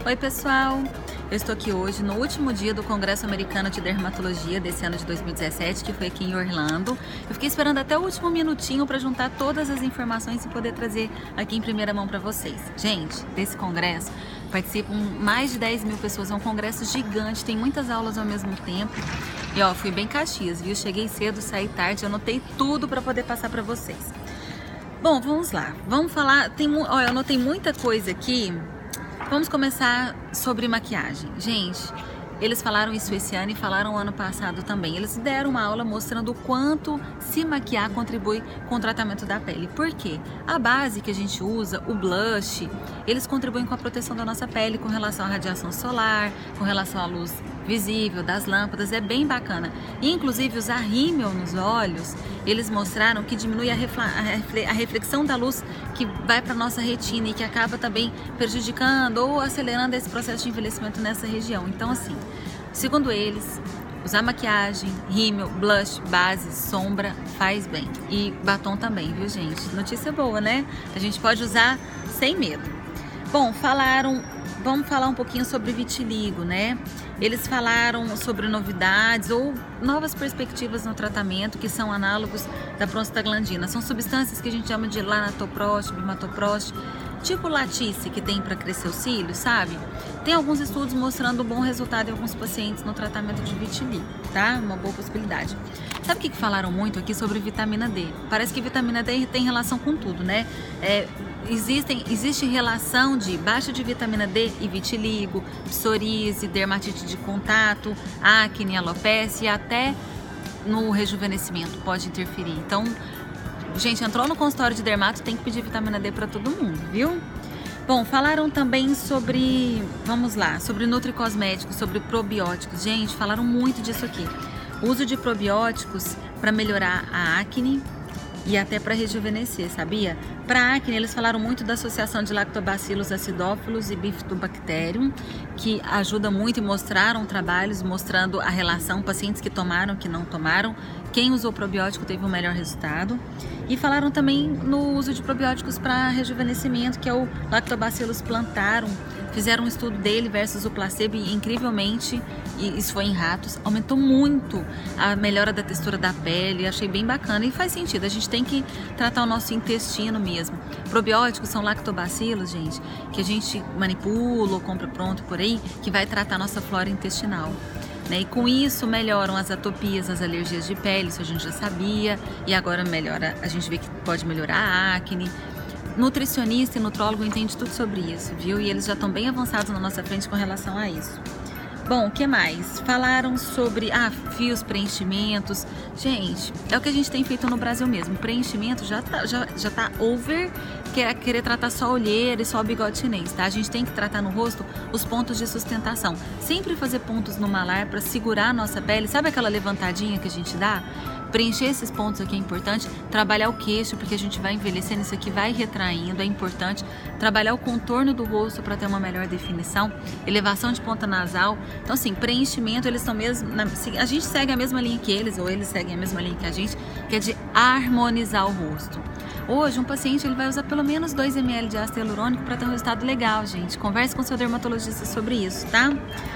Oi pessoal, eu estou aqui hoje no último dia do Congresso Americano de Dermatologia desse ano de 2017, que foi aqui em Orlando. Eu fiquei esperando até o último minutinho para juntar todas as informações e poder trazer aqui em primeira mão para vocês. Gente, desse congresso participam mais de 10 mil pessoas, é um congresso gigante, tem muitas aulas ao mesmo tempo. E ó, fui bem Caxias, viu? Cheguei cedo, saí tarde, anotei tudo para poder passar para vocês. Bom, vamos lá, vamos falar, ó, eu anotei muita coisa aqui. Vamos começar sobre maquiagem. Gente, eles falaram isso esse ano e falaram ano passado também. Eles deram uma aula mostrando o quanto se maquiar contribui com o tratamento da pele. Por quê? A base que a gente usa, o blush, eles contribuem com a proteção da nossa pele com relação à radiação solar, com relação à luz visível das lâmpadas, é bem bacana. E inclusive usar rímel nos olhos, eles mostraram que diminui a reflexão da luz que vai para nossa retina e que acaba também prejudicando ou acelerando esse processo de envelhecimento nessa região. Então assim, segundo eles, usar maquiagem, rímel, blush, base, sombra faz bem. E batom também, viu gente? Notícia boa, né? A gente pode usar sem medo. Bom, vamos falar um pouquinho sobre vitiligo, né? Eles falaram sobre novidades ou novas perspectivas no tratamento que são análogos da prostaglandina. São substâncias que a gente chama de lanatoprost, bimatoprost, tipo latice que tem para crescer os cílios, sabe? Tem alguns estudos mostrando um bom resultado em alguns pacientes no tratamento de vitiligo, tá? Uma boa possibilidade. Sabe o que falaram muito aqui sobre vitamina D? Parece que vitamina D tem relação com tudo, né? Existe relação de baixa de vitamina D e vitiligo, psoríase, dermatite de contato, acne, alopecia e até no rejuvenescimento pode interferir. Então, gente, entrou no consultório de dermato, tem que pedir vitamina D para todo mundo, viu? Bom, falaram também sobre, vamos lá, sobre nutricosméticos, sobre probióticos. Gente, falaram muito disso aqui. O uso de probióticos para melhorar a acne e até para rejuvenescer, sabia? Para acne, eles falaram muito da associação de Lactobacillus acidófilos e Bifidobacterium, que ajuda muito e mostraram trabalhos mostrando a relação, pacientes que tomaram, que não tomaram. Quem usou probiótico teve um melhor resultado. E falaram também no uso de probióticos para rejuvenescimento, que é o Lactobacillus plantarum. Fizeram um estudo dele versus o placebo e incrivelmente, e isso foi em ratos, aumentou muito a melhora da textura da pele. Achei bem bacana e faz sentido, a gente tem que tratar o nosso intestino mesmo. Probióticos são lactobacilos, gente, que a gente manipula ou compra pronto por aí, que vai tratar a nossa flora intestinal. E com isso melhoram as atopias, as alergias de pele, isso a gente já sabia, e agora melhora, a gente vê que pode melhorar a acne. Nutricionista e nutrólogo entende tudo sobre isso, viu? E eles já estão bem avançados na nossa frente com relação a isso. Bom, o que mais? Falaram sobre fios, preenchimentos. Gente, é o que a gente tem feito no Brasil mesmo. Preenchimento já tá over, querer tratar só a olheira e só o bigode chinês, tá? A gente tem que tratar no rosto os pontos de sustentação. Sempre fazer pontos no malar para segurar a nossa pele. Sabe aquela levantadinha que a gente dá? Preencher esses pontos aqui é importante, trabalhar o queixo, porque a gente vai envelhecendo, isso aqui vai retraindo, é importante. Trabalhar o contorno do rosto para ter uma melhor definição, elevação de ponta nasal. Então assim, preenchimento, eles estão mesmo, a gente segue a mesma linha que eles, ou eles seguem a mesma linha que a gente, que é de harmonizar o rosto. Hoje, um paciente ele vai usar pelo menos 2 ml de ácido hialurônico para ter um resultado legal, gente. Converse com seu dermatologista sobre isso, tá?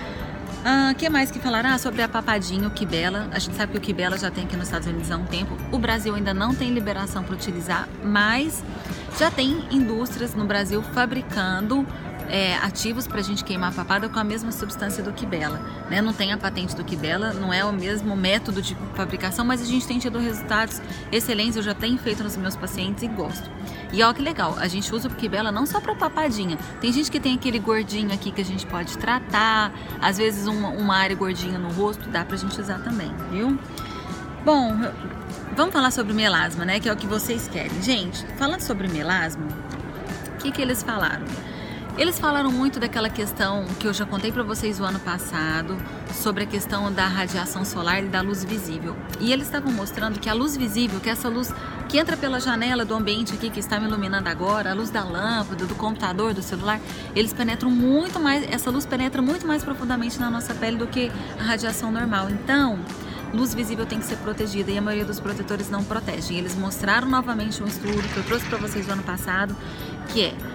O que mais que falaram? Sobre a papadinha, o Kibela. A gente sabe que o Kibela já tem aqui nos Estados Unidos há um tempo. O Brasil ainda não tem liberação para utilizar, mas já tem indústrias no Brasil fabricando ativos para a gente queimar a papada com a mesma substância do Kibela, né? Não tem a patente do Kibela, não é o mesmo método de fabricação, mas a gente tem tido resultados excelentes, eu já tenho feito nos meus pacientes e gosto. E olha que legal, a gente usa o Kibela não só para papadinha, tem gente que tem aquele gordinho aqui que a gente pode tratar, às vezes uma área gordinha no rosto, dá pra gente usar também, viu? Bom, vamos falar sobre melasma, né? Que é o que vocês querem. Gente, falando sobre melasma, o que eles falaram? Eles falaram muito daquela questão que eu já contei para vocês o ano passado, sobre a questão da radiação solar e da luz visível. E eles estavam mostrando que a luz visível, que é essa luz que entra pela janela do ambiente aqui que está me iluminando agora, a luz da lâmpada, do computador, do celular, eles penetram muito mais, essa luz penetra muito mais profundamente na nossa pele do que a radiação normal. Então, luz visível tem que ser protegida e a maioria dos protetores não protegem. Eles mostraram novamente um estudo que eu trouxe para vocês no ano passado, que é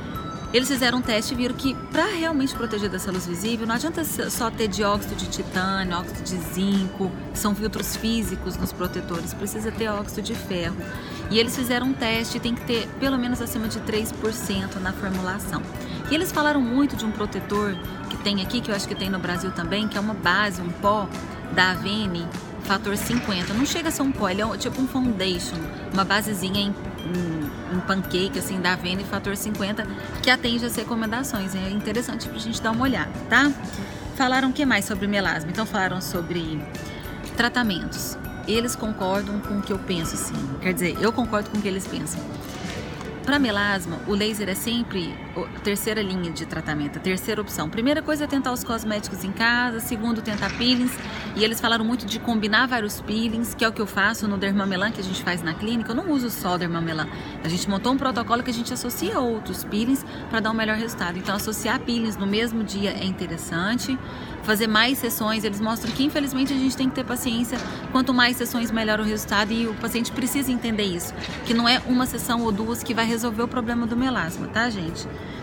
Eles fizeram um teste e viram que para realmente proteger dessa luz visível, não adianta só ter dióxido de titânio, óxido de zinco, que são filtros físicos nos protetores, precisa ter óxido de ferro. E eles fizeram um teste e tem que ter pelo menos acima de 3% na formulação. E eles falaram muito de um protetor que tem aqui, que eu acho que tem no Brasil também, que é uma base, um pó da Avene, fator 50. Não chega a ser um pó, ele é tipo um foundation, uma basezinha em pancake, assim, da Avene, fator 50, que atende as recomendações. É interessante pra gente dar uma olhada, tá? Falaram o que mais sobre melasma? Então falaram sobre tratamentos. Eles concordam com o que eu penso, sim. Quer dizer, eu concordo com o que eles pensam. Para melasma, o laser é sempre a terceira linha de tratamento, a terceira opção. Primeira coisa é tentar os cosméticos em casa, segundo tentar peelings, e eles falaram muito de combinar vários peelings, que é o que eu faço no Dermamelan, que a gente faz na clínica. Eu não uso só o Dermamelan, a gente montou um protocolo que a gente associa outros peelings para dar um melhor resultado. Então associar peelings no mesmo dia é interessante, fazer mais sessões. Eles mostram que infelizmente a gente tem que ter paciência, quanto mais sessões melhor o resultado, e o paciente precisa entender isso, que não é uma sessão ou duas que vai resolver o problema do melasma, tá, gente?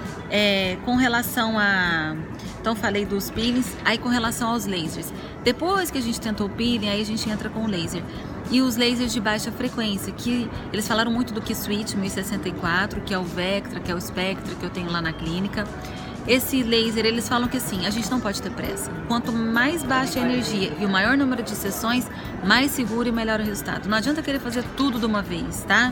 Com relação a... Então falei dos peelings, aí com relação aos lasers. Depois que a gente tentou o peeling, aí a gente entra com o laser. E os lasers de baixa frequência, que eles falaram muito do K-Switch 1064, que é o Vectra, que é o Spectra, que eu tenho lá na clínica. Esse laser, eles falam que assim, a gente não pode ter pressa. Quanto mais baixa a energia e o maior número de sessões, mais seguro e melhor o resultado. Não adianta querer fazer tudo de uma vez, tá?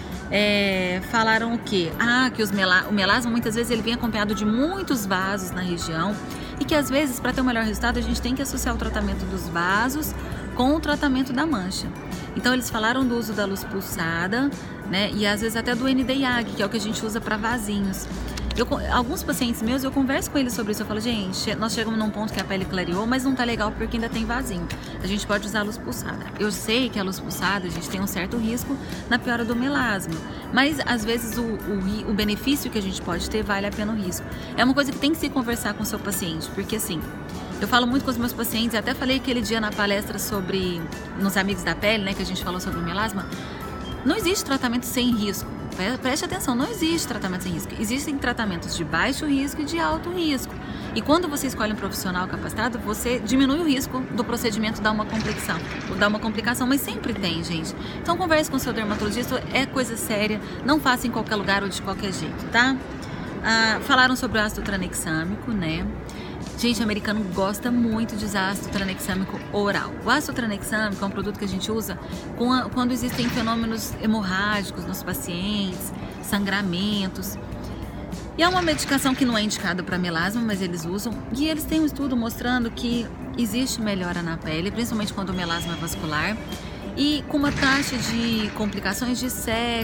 Falaram o quê? Que o melasma muitas vezes ele vem acompanhado de muitos vasos na região e que às vezes para ter um melhor resultado a gente tem que associar o tratamento dos vasos com o tratamento da mancha. Então eles falaram do uso da luz pulsada, né? E às vezes até do ND-YAG, que é o que a gente usa para vasinhos. Alguns pacientes meus, eu converso com eles sobre isso. Eu falo, gente, nós chegamos num ponto que a pele clareou, mas não tá legal porque ainda tem vasinho. A gente pode usar a luz pulsada. Eu sei que a luz pulsada, a gente tem um certo risco na piora do melasma, mas às vezes o benefício que a gente pode ter vale a pena o risco. É uma coisa que tem que se conversar com o seu paciente, porque assim, eu falo muito com os meus pacientes, até falei aquele dia na palestra sobre, nos Amigos da Pele, né, que a gente falou sobre o melasma. Não existe tratamento sem risco. Preste atenção, não existe tratamento sem risco. Existem tratamentos de baixo risco e de alto risco. E quando você escolhe um profissional capacitado, você diminui o risco do procedimento dar uma complicação, mas sempre tem, gente. Então converse com o seu dermatologista, é coisa séria, não faça em qualquer lugar ou de qualquer jeito, tá? Falaram sobre o ácido tranexâmico, né? Gente, o americano gosta muito de usar ácido tranexâmico oral. O ácido tranexâmico é um produto que a gente usa quando existem fenômenos hemorrágicos nos pacientes, sangramentos. E é uma medicação que não é indicada para melasma, mas eles usam. E eles têm um estudo mostrando que existe melhora na pele, principalmente quando o melasma é vascular. E com uma taxa de complicações de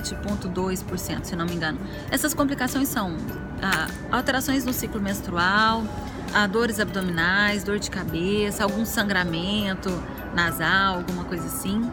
7,2%, se não me engano. Essas complicações são alterações no ciclo menstrual, dores abdominais, dor de cabeça, algum sangramento nasal, alguma coisa assim.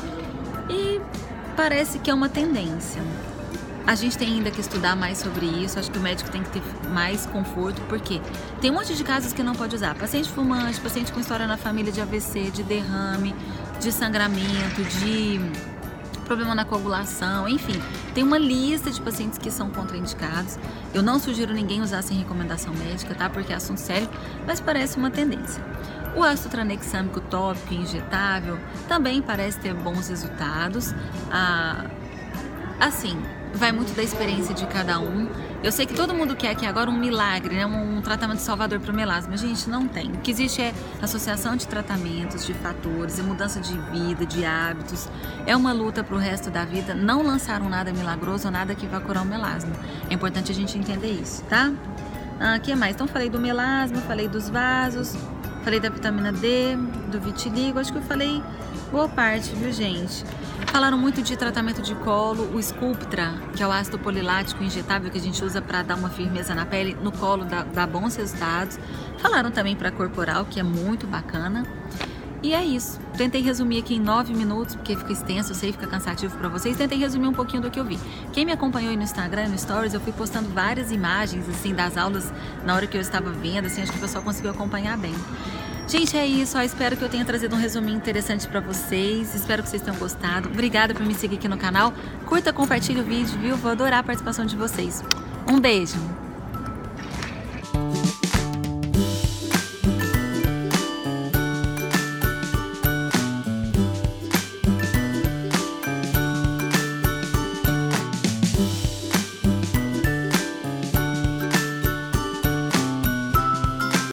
E parece que é uma tendência. A gente tem ainda que estudar mais sobre isso. Acho que o médico tem que ter mais conforto, porque tem um monte de casos que não pode usar. Paciente fumante, paciente com história na família de AVC, de derrame, de sangramento, de problema na coagulação, enfim. Tem uma lista de pacientes que são contraindicados. Eu não sugiro ninguém usar sem recomendação médica, tá? Porque é assunto sério, mas parece uma tendência. O ácido tranexâmico tópico e injetável também parece ter bons resultados. Assim, vai muito da experiência de cada um. Eu sei que todo mundo quer aqui agora um milagre, né? Um tratamento salvador para o melasma. Gente, não tem. O que existe é associação de tratamentos, de fatores, e mudança de vida, de hábitos. É uma luta para o resto da vida. Não lançaram nada milagroso ou nada que vá curar o melasma. É importante a gente entender isso, tá? O que mais? Então falei do melasma, falei dos vasos, falei da vitamina D, do vitiligo. Acho que eu falei boa parte, viu, gente? Falaram muito de tratamento de colo, o Sculptra, que é o ácido polilático injetável que a gente usa para dar uma firmeza na pele, no colo dá bons resultados. Falaram também para corporal, que é muito bacana. E é isso. Tentei resumir aqui em 9 minutos, porque fica extenso, eu sei, fica cansativo para vocês. Tentei resumir um pouquinho do que eu vi. Quem me acompanhou aí no Instagram, no Stories, eu fui postando várias imagens, assim, das aulas na hora que eu estava vendo, assim, acho que o pessoal conseguiu acompanhar bem. Gente, é isso. Espero que eu tenha trazido um resuminho interessante pra vocês. Espero que vocês tenham gostado. Obrigada por me seguir aqui no canal. Curta, compartilhe o vídeo, viu? Vou adorar a participação de vocês. Um beijo!